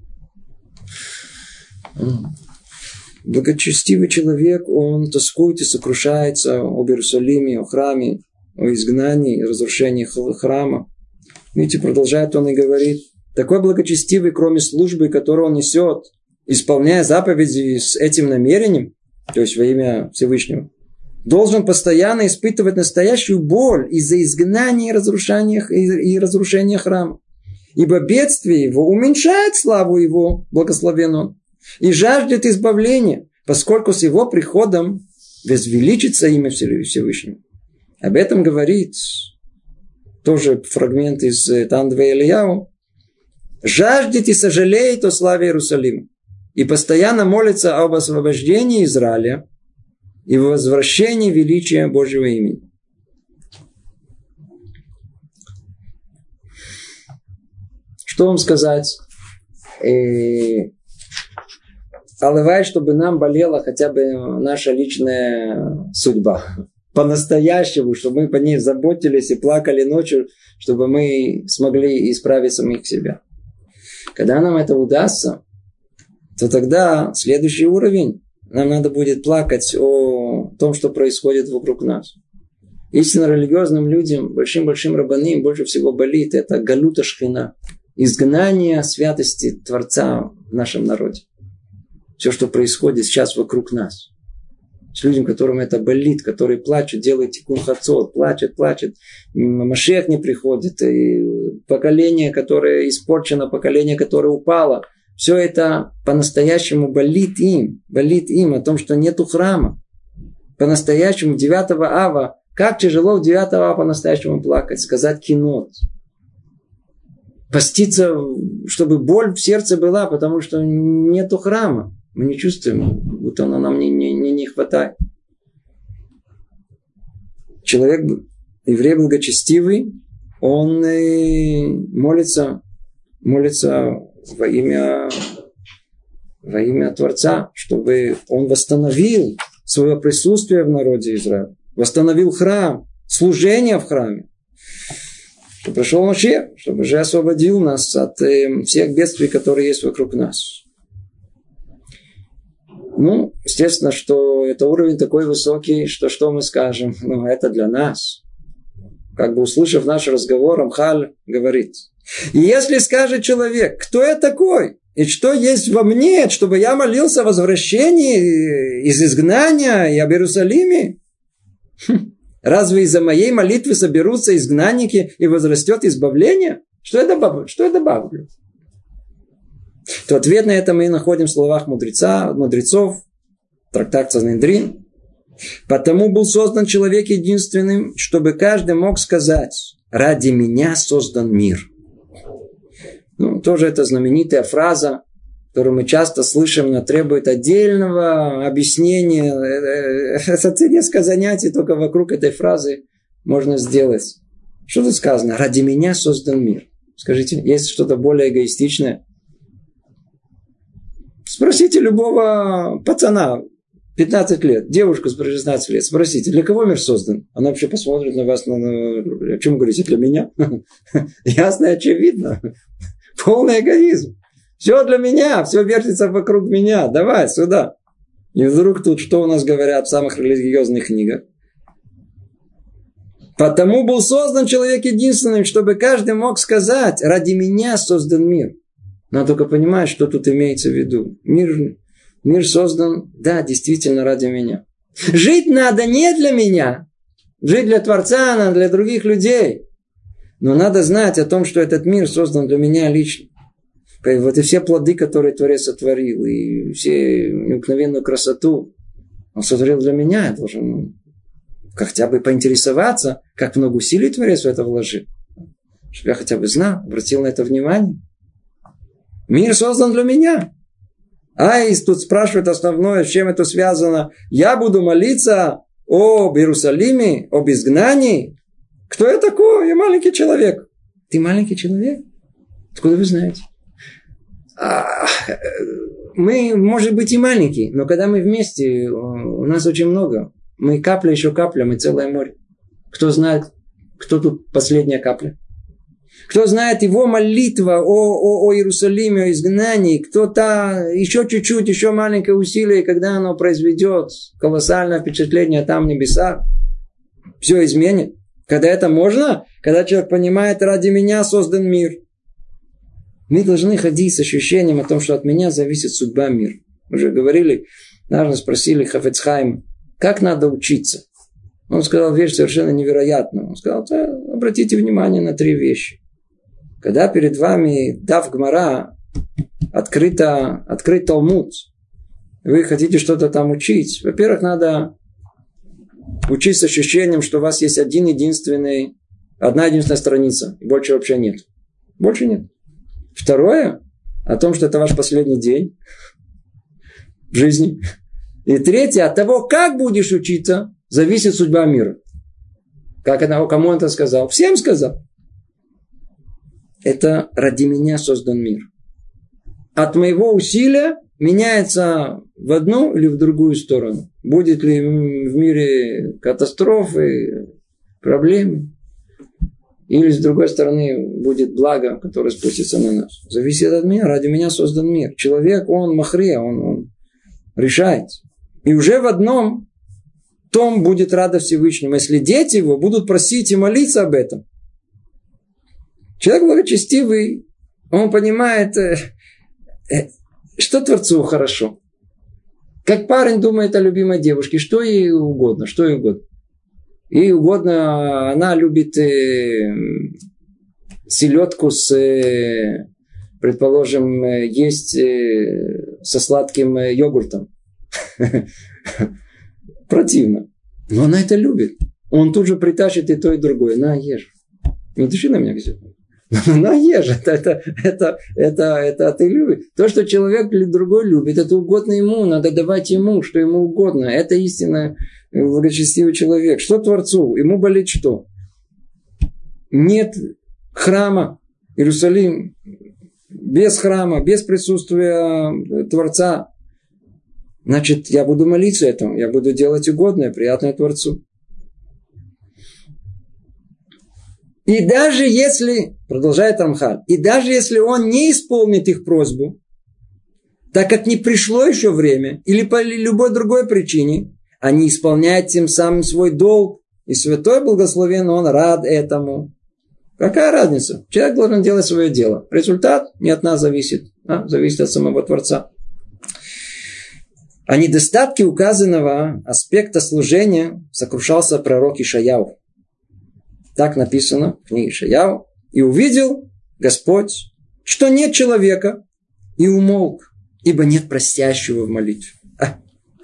Благочестивый человек, он тоскует и сокрушается об Иерусалиме, о храме, о изгнании и разрушении храма. Видите, продолжает он и говорит, такой благочестивый, кроме службы, которую он несет, исполняя заповеди с этим намерением, то есть во имя Всевышнего, должен постоянно испытывать настоящую боль из-за изгнания и разрушения, и разрушения храма. ибо бедствие его уменьшает славу его, благословен он, и жаждет избавления, поскольку с его приходом возвеличится имя Всевышнего. Об этом говорит тоже фрагмент из Тандве Ильяу. Жаждет и сожалеет о славе Иерусалима и постоянно молится об освобождении Израиля и возвращении величия Божьего имени. Что вам сказать? Алывай, чтобы нам болела хотя бы наша личная судьба. По-настоящему, чтобы мы по ней заботились и плакали ночью, чтобы мы смогли исправить самих себя. Когда нам это удастся, то тогда следующий уровень. Нам надо будет плакать о том, что происходит вокруг нас. Истинно религиозным людям, большим-большим рабаним, больше всего болит это галута шхина. Изгнание святости Творца в нашем народе. Все, что происходит сейчас вокруг нас. С людям, которым это болит, которые плачут, делают тикун хацот, плачут, плачут. Машиах не приходит. И поколение, которое испорчено, поколение, которое упало. Все это по-настоящему болит им. Болит им о том, что нету храма. По-настоящему девятого ава. Как тяжело в девятого ава по-настоящему плакать. Сказать кинот. Поститься, чтобы боль в сердце была, потому что нету храма. Мы не чувствуем, будто оно нам не, не, не, не хватает. Человек, еврей благочестивый, он молится, молится во имя, во имя Творца, чтобы он восстановил свое присутствие в народе Израиля, восстановил храм, служение в храме. Что пришел Машиах, чтобы же освободил нас от всех бедствий, которые есть вокруг нас. Ну, естественно, что это уровень такой высокий, что что мы скажем? Ну, это для нас. Как бы услышав наш разговор, Амхаль говорит. И если скажет человек, кто я такой? И что есть во мне, чтобы я молился о возвращении из изгнания и об Иерусалиме? Хм. Разве из-за моей молитвы соберутся изгнанники и возрастет избавление? Что я добавлю? Что я добавлю? То ответ на это мы находим в словах мудреца, мудрецов, трактат Санхедрин. Потому был создан человек единственным, чтобы каждый мог сказать: ради меня создан мир. Ну, тоже это знаменитая фраза, которую мы часто слышим, но требует отдельного объяснения. Это несколько занятий только вокруг этой фразы можно сделать. Что тут сказано? Ради меня создан мир. Скажите, есть что-то более эгоистичное? Спросите любого пацана, пятнадцать лет, девушку с шестнадцать лет, спросите, для кого мир создан? Она вообще посмотрит на вас, на, на... о чем говорите, для меня? Ясно и очевидно. Полный эгоизм. Все для меня, все вертится вокруг меня. Давай сюда. И вдруг тут что у нас говорят в самых религиозных книгах? Потому был создан человек единственным, чтобы каждый мог сказать: ради меня создан мир. Надо только понимать, что тут имеется в виду. Мир, мир создан, да, действительно ради меня. Жить надо не для меня. Жить для Творца, надо для других людей. Но надо знать о том, что этот мир создан для меня лично. Вот и все плоды, которые Творец сотворил, и все необыкновенную красоту Он сотворил для меня. Я должен хотя бы поинтересоваться, как много усилий Творец в это вложил. Чтобы я хотя бы знал, обратил на это внимание. Мир создан для меня. А и тут спрашивают основное, с чем это связано. Я буду молиться об Иерусалиме, об изгнании. Кто я такой? Я маленький человек. Ты маленький человек? Откуда вы знаете? Мы, может быть, и маленькие, но когда мы вместе, у нас очень много. Мы капля, еще капля, мы целое море. Кто знает, кто тут последняя капля? Кто знает его молитва о, о, о Иерусалиме, о изгнании, кто-то еще чуть-чуть, еще маленькое усилие, когда оно произведет колоссальное впечатление там в небесах, все изменит. Когда это можно, когда человек понимает, ради меня создан мир. Мы должны ходить с ощущением о том, что от меня зависит судьба мира. Мы уже говорили, наверное, спросили Хафец Хаима, как надо учиться. Он сказал вещь совершенно невероятную. Он сказал: обратите внимание на три вещи. Когда перед вами дав Гмара, открыто, открыт Талмуд, вы хотите что-то там учить, во-первых, надо учить с ощущением, что у вас есть один единственный, одна единственная страница, и больше вообще нет. Больше нет. Второе, о том, что это ваш последний день в жизни. И третье, от того, как будешь учиться, зависит судьба мира. Как это, кому он это сказал? Всем сказал. Это ради меня создан мир. От моего усилия меняется в одну или в другую сторону. Будет ли в мире катастрофы, проблемы, или с другой стороны будет благо, которое спустится на нас. Зависит от меня. Ради меня создан мир. Человек, он махрия, он, он решает. И уже в одном том будет рада Всевышнему, если дети его будут просить и молиться об этом. Человек благочестивый, он понимает, что Творцу хорошо. Как парень думает о любимой девушке, что ей угодно, что ей угодно. Ей угодно, она любит э, селедку с, э, предположим, есть э, со сладким э, йогуртом. Противно. Но она это любит. Он тут же притащит и то, и другое. На, ешь. Не дыши на меня, где-то. На, ешь. Это, это, это, это, это ты любишь. То, что человек другой любит, это угодно ему. Надо давать ему, что ему угодно. Это истинно благочестивый человек. Что Творцу? Ему болит что? Нет храма. Иерусалим. Без храма, без присутствия Творца. Значит, я буду молиться этому. Я буду делать угодное, приятное Творцу. И даже если, продолжает Рамхаль, и даже если он не исполнит их просьбу, так как не пришло еще время, или по любой другой причине, они исполняют тем самым свой долг, и святой благословен, он рад этому. Какая разница? Человек должен делать свое дело. Результат не от нас зависит, а зависит от самого Творца. О недостатке указанного аспекта служения сокрушался пророк Ишаяу. Так написано в книге Ишаяу. И увидел Господь, что нет человека, и умолк, ибо нет просящего в молитве. А.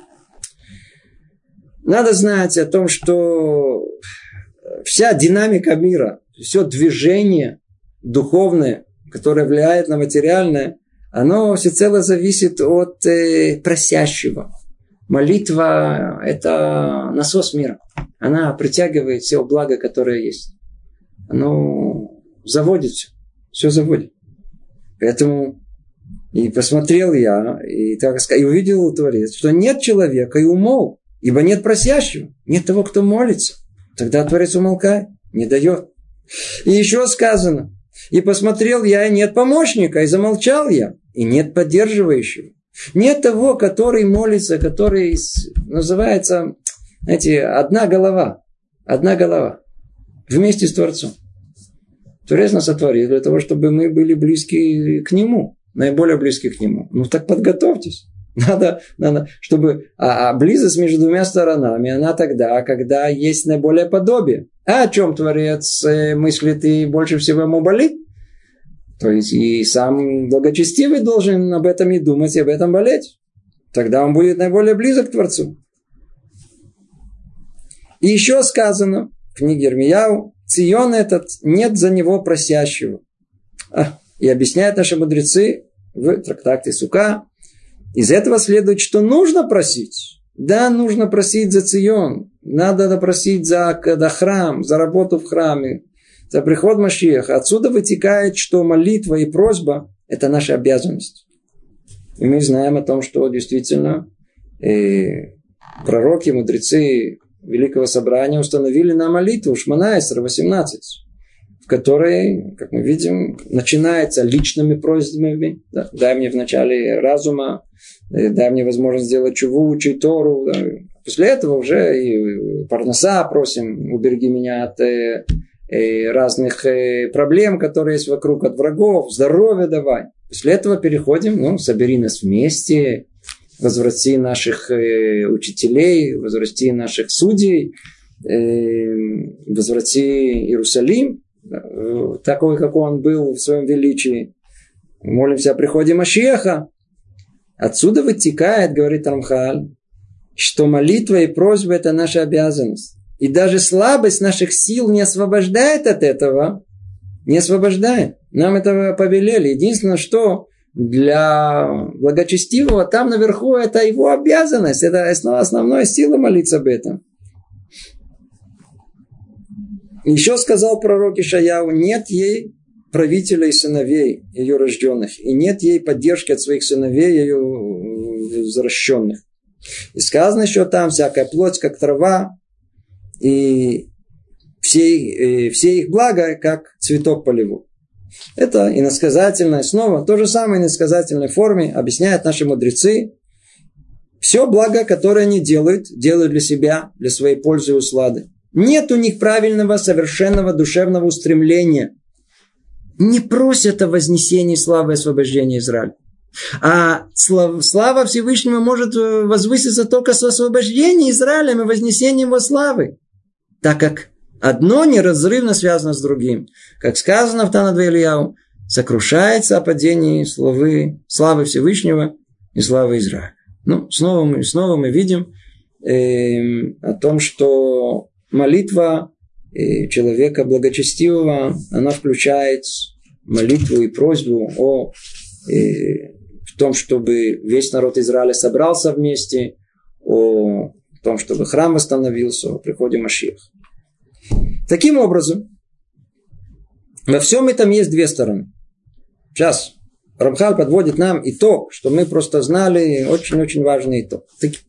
Надо знать о том, что вся динамика мира, все движение духовное, которое влияет на материальное, оно всецело зависит от э, просящего. Молитва – это насос мира. Она притягивает все блага, которые есть. Оно заводит все. Все заводит. Поэтому и посмотрел я, и, так сказать, и увидел Творец, что нет человека, и умолк. Ибо нет просящего, нет того, кто молится. Тогда Творец умолкает, не дает. И еще сказано, и посмотрел я, и нет помощника, и замолчал я, и нет поддерживающего. Нет того, который молится, который называется, знаете, одна голова. Одна голова. Вместе с Творцом. Творец нас сотворил для того, чтобы мы были близки к Нему. Наиболее близки к Нему. Ну так подготовьтесь. Надо, надо, чтобы... А, а близость между двумя сторонами, она тогда, когда есть наиболее подобие. А о чем Творец мыслит и больше всего ему болит? То есть и сам благочестивый должен об этом и думать, и об этом болеть. Тогда он будет наиболее близок к Творцу. И еще сказано в книге Ирмияу, Цион этот, нет за него просящего. А, и объясняют наши мудрецы в трактате Сука. Из этого следует, что нужно просить. Да, нужно просить за Цион. Надо просить за, за храм, за работу в храме, за приход Машиаха. Отсюда вытекает, что молитва и просьба – это наша обязанность. И мы знаем о том, что действительно э, пророки, мудрецы Великого Собрания установили нам молитву Шмона Эсра восемнадцать, в которой, как мы видим, начинается личными просьбами. Да, дай мне вначале разума, дай мне возможность сделать чуву, учить Тору. Да. После этого уже и парноса просим, убереги меня от э, э, разных э, проблем, которые есть вокруг, от врагов, здоровья давай. После этого переходим, ну, собери нас вместе, возврати наших э, учителей, возврати наших судей, э, возврати Иерусалим. такой, как он был в своем величии. Молимся о приходе Машиаха. Отсюда вытекает, говорит Рамхаль, что молитва и просьба – это наша обязанность. И даже слабость наших сил не освобождает от этого. Не освобождает. Нам этого повелели. Единственное, что для благочестивого там наверху это его обязанность. Это основная сила молиться об этом. Еще сказал пророк Ишаяу: нет ей правителя и сыновей ее рожденных, и нет ей поддержки от своих сыновей ее возвращенных. И сказано еще там: всякая плоть, как трава, и все, и все их блага, как цветок полевой. Это иносказательное снова, то же самое в иносказательной форме объясняют наши мудрецы. Все благо, которое они делают, делают для себя, для своей пользы и услады. Нет у них правильного, совершенного душевного устремления. Не просят о вознесении славы и освобождении Израиля. А слава Всевышнего может возвыситься только с освобождением Израиля и вознесением его славы. Так как одно неразрывно связано с другим. Как сказано в Танат Ильяу, сокрушается о падении славы, славы Всевышнего и славы Израиля. Ну, снова мы, снова мы видим э, о том, что молитва человека благочестивого, она включает молитву и просьбу о, э, в том, чтобы весь народ Израиля собрался вместе, о том, чтобы храм восстановился, о приходе Машиаха. Таким образом, во всем этом есть две стороны. Сейчас Рамхаль подводит нам итог, что мы просто знали, очень-очень важный итог.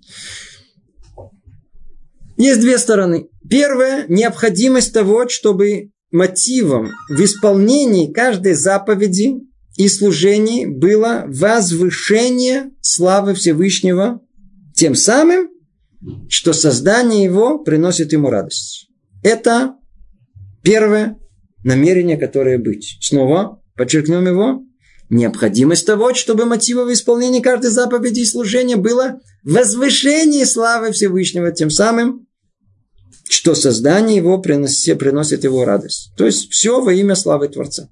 Есть две стороны. Первая – необходимость того, чтобы мотивом в исполнении каждой заповеди и служении было возвышение славы Всевышнего, тем самым, что создание его приносит ему радость. Это первое намерение, которое быть. Снова подчеркнем его. Необходимость того, чтобы мотивом в исполнении каждой заповеди и служения было возвышение славы Всевышнего, тем самым, что создание его приносит, приносит его радость. То есть, все во имя славы Творца.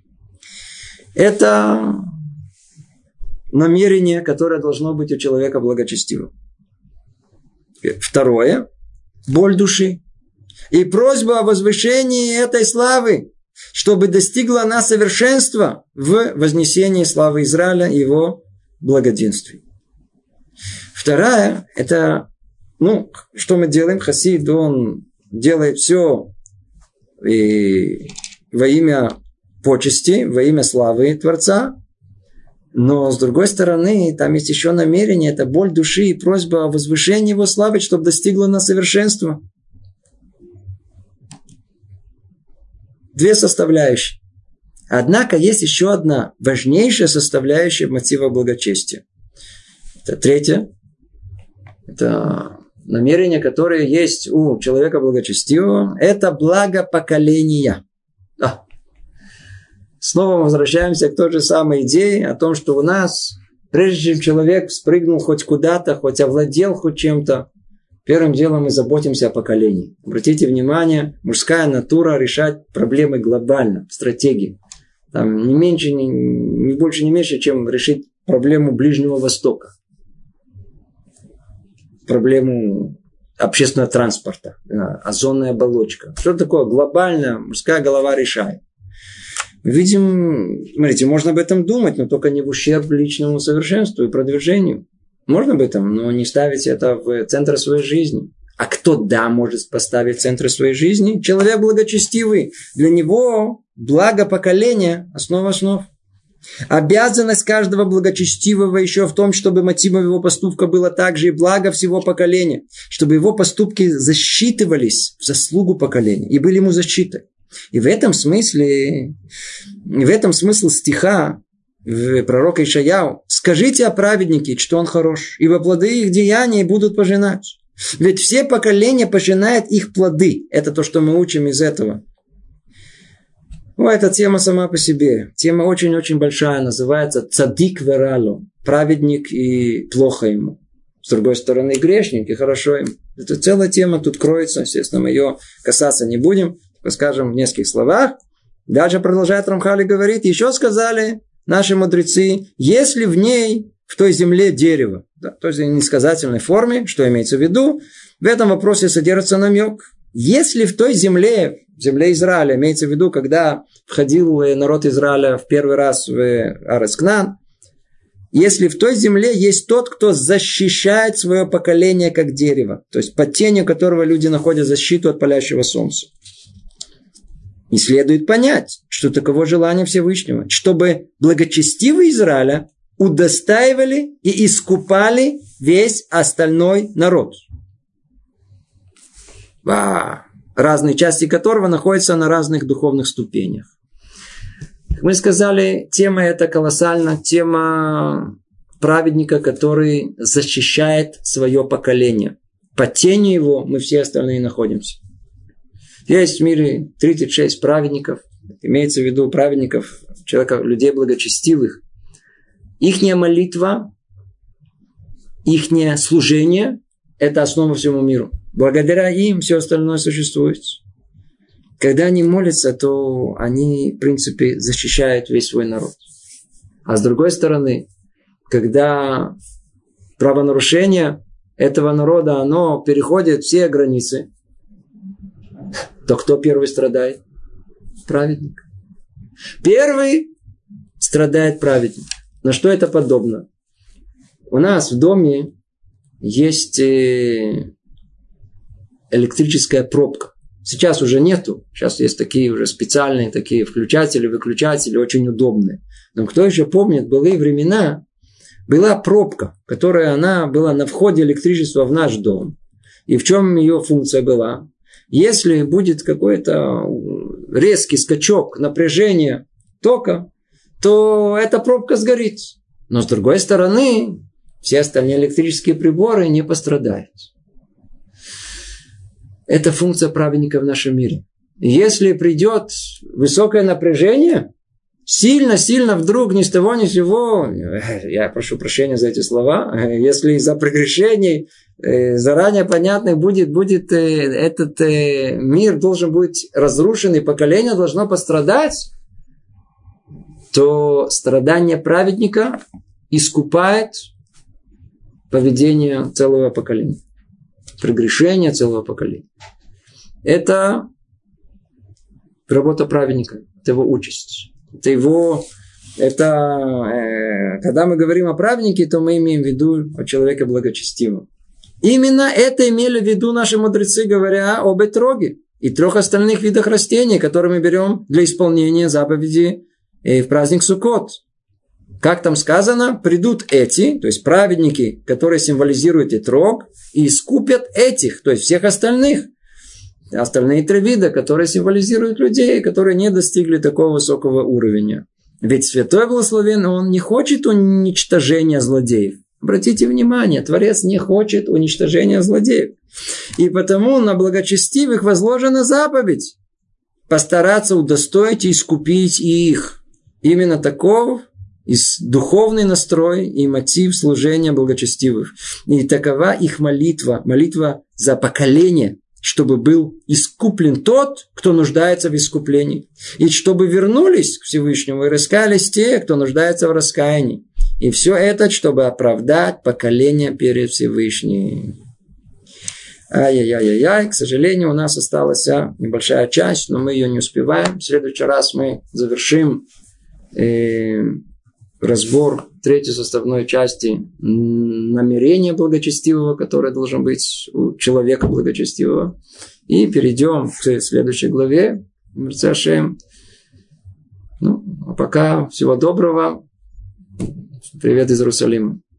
Это намерение, которое должно быть у человека благочестивым. Второе. Боль души. И просьба о возвышении этой славы, чтобы достигла она совершенства в вознесении славы Израиля и его благоденствия. Вторая, это, ну, что мы делаем? Хасид, он делает все и во имя почести, во имя славы Творца. Но, с другой стороны, там есть еще намерение, это боль души и просьба о возвышении его славы, чтобы достигла она совершенства. Две составляющие. Однако есть еще одна важнейшая составляющая мотива благочестия. Это третье. Это намерение, которое есть у человека благочестивого. Это благо поколения. А. Снова возвращаемся к той же самой идее о том, что у нас, прежде чем человек спрыгнул хоть куда-то, хоть овладел хоть чем-то, первым делом мы заботимся о поколении. Обратите внимание, мужская натура решать проблемы глобально, стратегии. Там не меньше, не, не больше, не меньше, чем решить проблему Ближнего Востока. Проблему общественного транспорта, озонная оболочка. Что такое глобально мужская голова решает. Мы видим, смотрите, можно об этом думать, но только не в ущерб личному совершенству и продвижению. Можно об этом, но не ставить это в центр своей жизни. А кто, да, может поставить в центр своей жизни? Человек благочестивый. Для него благо поколения – основа основ. Обязанность каждого благочестивого еще в том, чтобы мотивом его поступка было также и благо всего поколения. Чтобы его поступки засчитывались в заслугу поколения и были ему защитой. И в этом смысле, в этом смысл стиха в пророка Ишаяу: скажите о праведнике, что он хорош, ибо плоды их деяний будут пожинать. Ведь все поколения пожинают их плоды. Это то, что мы учим из этого. О, эта тема сама по себе. Тема очень-очень большая. Называется цадик вералу. Праведник и плохо ему. С другой стороны, грешник и хорошо ему. Это целая тема тут кроется. Естественно, мы ее касаться не будем. Скажем в нескольких словах. Дальше продолжает Рамхаль и говорит, еще сказали наши мудрецы, если в ней, в той земле дерево, да, то есть в иносказательной форме, что имеется в виду, в этом вопросе содержится намек. Если в той земле, в земле Израиля, имеется в виду, когда входил народ Израиля в первый раз в Арец Кнаан, если в той земле есть тот, кто защищает свое поколение как дерево, то есть под тенью которого люди находят защиту от палящего солнца. И следует понять, что таково желание Всевышнего, чтобы благочестивые Израиля удостаивали и искупали весь остальной народ, разные части которого находятся на разных духовных ступенях. Как мы сказали, тема эта колоссальна, тема праведника, который защищает свое поколение. Под тенью его мы все остальные находимся. Есть в мире тридцать шесть праведников, имеется в виду праведников, человека, людей благочестивых. Ихняя молитва, ихнее служение – это основа всему миру. Благодаря им все остальное существует. Когда они молятся, то они, в принципе, защищают весь свой народ. А с другой стороны, когда правонарушение этого народа, оно переходит все границы, то кто первый страдает? Праведник. Первый страдает праведник. На что это подобно? У нас в доме есть электрическая пробка. Сейчас уже нету. Сейчас есть такие уже специальные такие включатели, выключатели, очень удобные. Но кто еще помнит, былые времена, была пробка, которая она была на входе электричества в наш дом. И в чем ее функция была? Если будет какой-то резкий скачок напряжения тока, то эта пробка сгорит. Но с другой стороны, все остальные электрические приборы не пострадают. Это функция праведника в нашем мире. Если придет высокое напряжение, сильно-сильно вдруг ни с того ни с сего, я прошу прощения за эти слова, если из-за прегрешений заранее понятно будет, будет этот мир должен быть разрушен, и поколение должно пострадать, то страдание праведника искупает поведение целого поколения. Прегрешение целого поколения. Это работа праведника, это его участь. Это его, это, э, когда мы говорим о праведнике, то мы имеем в виду о человеке благочестивом. Именно это имели в виду наши мудрецы, говоря об этроге и трех остальных видах растений, которые мы берем для исполнения заповеди э, в праздник Суккот. Как там сказано, придут эти, то есть праведники, которые символизируют этрог, и искупят этих, то есть всех остальных. Остальные три вида, которые символизируют людей, которые не достигли такого высокого уровня. Ведь Святой Благословен, он не хочет уничтожения злодеев. Обратите внимание, Творец не хочет уничтожения злодеев. И потому на благочестивых возложена заповедь постараться удостоить и искупить их. Именно таков духовный настрой и мотив служения благочестивых. И такова их молитва, молитва за поколение, чтобы был искуплен тот, кто нуждается в искуплении. И чтобы вернулись к Всевышнему и раскаялись те, кто нуждается в раскаянии. И все это, чтобы оправдать поколение перед Всевышним. Ай-яй-яй-яй, к сожалению, у нас осталась небольшая часть, но мы ее не успеваем. В следующий раз мы завершим э, разбор третьей составной части намерения благочестивого, которое должно быть у человека благочестивого. И перейдем к следующей главе. Мерцашем. Ну, а пока всего доброго. Привет из Иерусалима.